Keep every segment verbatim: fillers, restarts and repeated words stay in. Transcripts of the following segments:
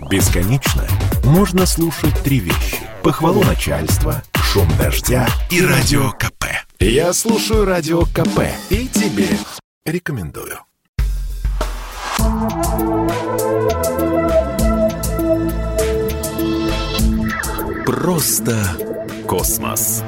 Бесконечно можно слушать три вещи: похвалу начальства, шум дождя и радио КП. Я слушаю радио КП и тебе рекомендую. Просто космос.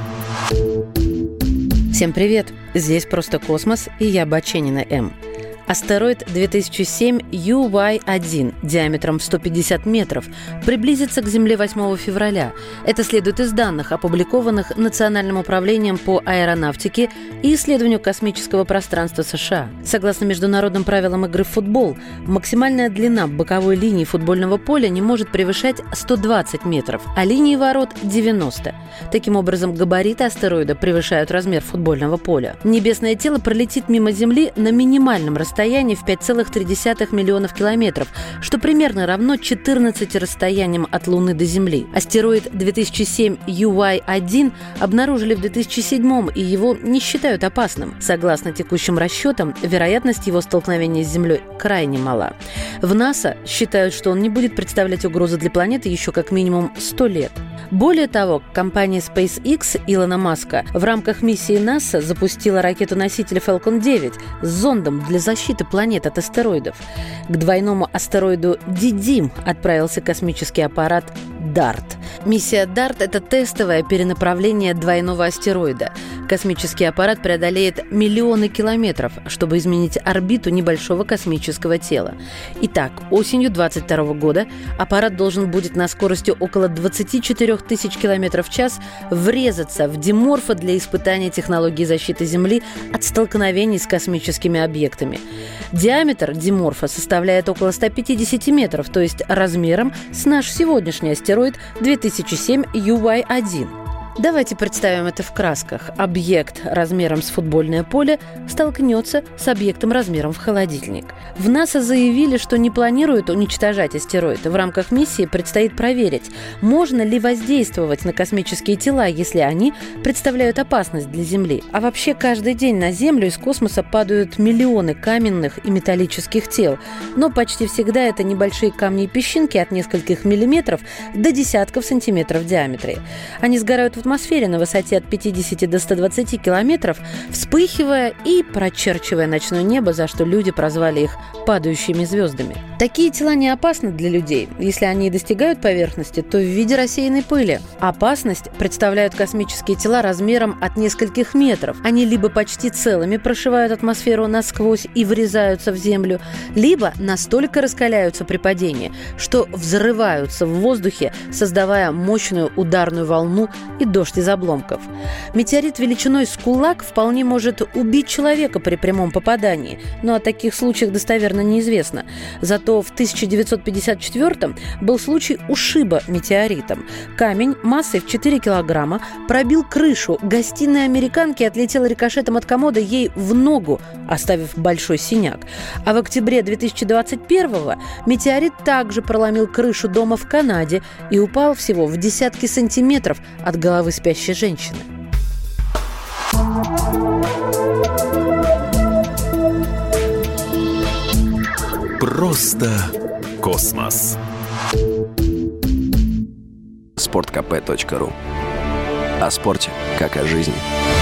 Всем привет! Здесь «Просто космос» и я, Баченина М. Астероид две тысячи семь ю уай один диаметром сто пятьдесят метров приблизится к Земле восьмого февраля. Это следует из данных, опубликованных Национальным управлением по аэронавтике и исследованию космического пространства США. Согласно международным правилам игры в футбол, максимальная длина боковой линии футбольного поля не может превышать сто двадцать метров, а линии ворот – девяносто. Таким образом, габариты астероида превышают размер футбольного поля. Небесное тело пролетит мимо Земли на минимальном расстоянии в пять целых три десятых миллионов километров, что примерно равно четырнадцати расстояниям от Луны до Земли. Астероид две тысячи семь ю уай один обнаружили в две тысячи седьмом, и его не считают опасным. Согласно текущим расчетам, вероятность его столкновения с Землей крайне мала. В НАСА считают, что он не будет представлять угрозы для планеты еще как минимум сто лет. Более того, компания SpaceX Илона Маска в рамках миссии НАСА запустила ракету-носитель Falcon девять с зондом для защиты планет от астероидов. К двойному астероиду Дидим отправился космический аппарат дарт. Миссия дарт – это тестовое перенаправление двойного астероида. Космический аппарат преодолеет миллионы километров, чтобы изменить орбиту небольшого космического тела. Итак, осенью двадцать второго года аппарат должен будет на скорости около двадцати четырёх тысяч километров в час врезаться в Диморфа для испытания технологии защиты Земли от столкновений с космическими объектами. Диаметр Диморфа составляет около ста пятидесяти метров, то есть размером с наш сегодняшний астероид две тысячи семь ю уай один. Давайте представим это в красках. Объект размером с футбольное поле столкнется с объектом размером в холодильник. В НАСА заявили, что не планируют уничтожать астероид. В рамках миссии предстоит проверить, можно ли воздействовать на космические тела, если они представляют опасность для Земли. А вообще каждый день на Землю из космоса падают миллионы каменных и металлических тел. Но почти всегда это небольшие камни и песчинки от нескольких миллиметров до десятков сантиметров в диаметре. Они сгорают в атмосфере на высоте от пятидесяти до ста двадцати километров, вспыхивая и прочерчивая ночное небо, за что люди прозвали их падающими звездами. Такие тела не опасны для людей. Если они достигают поверхности, то в виде рассеянной пыли. Опасность представляют космические тела размером от нескольких метров. Они либо почти целыми прошивают атмосферу насквозь и врезаются в Землю, либо настолько раскаляются при падении, что взрываются в воздухе, создавая мощную ударную волну и дождь из обломков. Метеорит величиной с кулак вполне может убить человека при прямом попадании, но о таких случаях достоверно неизвестно. Зато в тысяча девятьсот пятьдесят четвёртом был случай ушиба метеоритом. Камень массой в четыре килограмма пробил крышу гостиной американки и отлетел рикошетом от комода ей в ногу, оставив большой синяк. А в октябре две тысячи двадцать первого метеорит также проломил крышу дома в Канаде и упал всего в десятки сантиметров от головы спящей женщины. Просто космос. спорт кэ пэ точка ру. О спорте, как о жизни.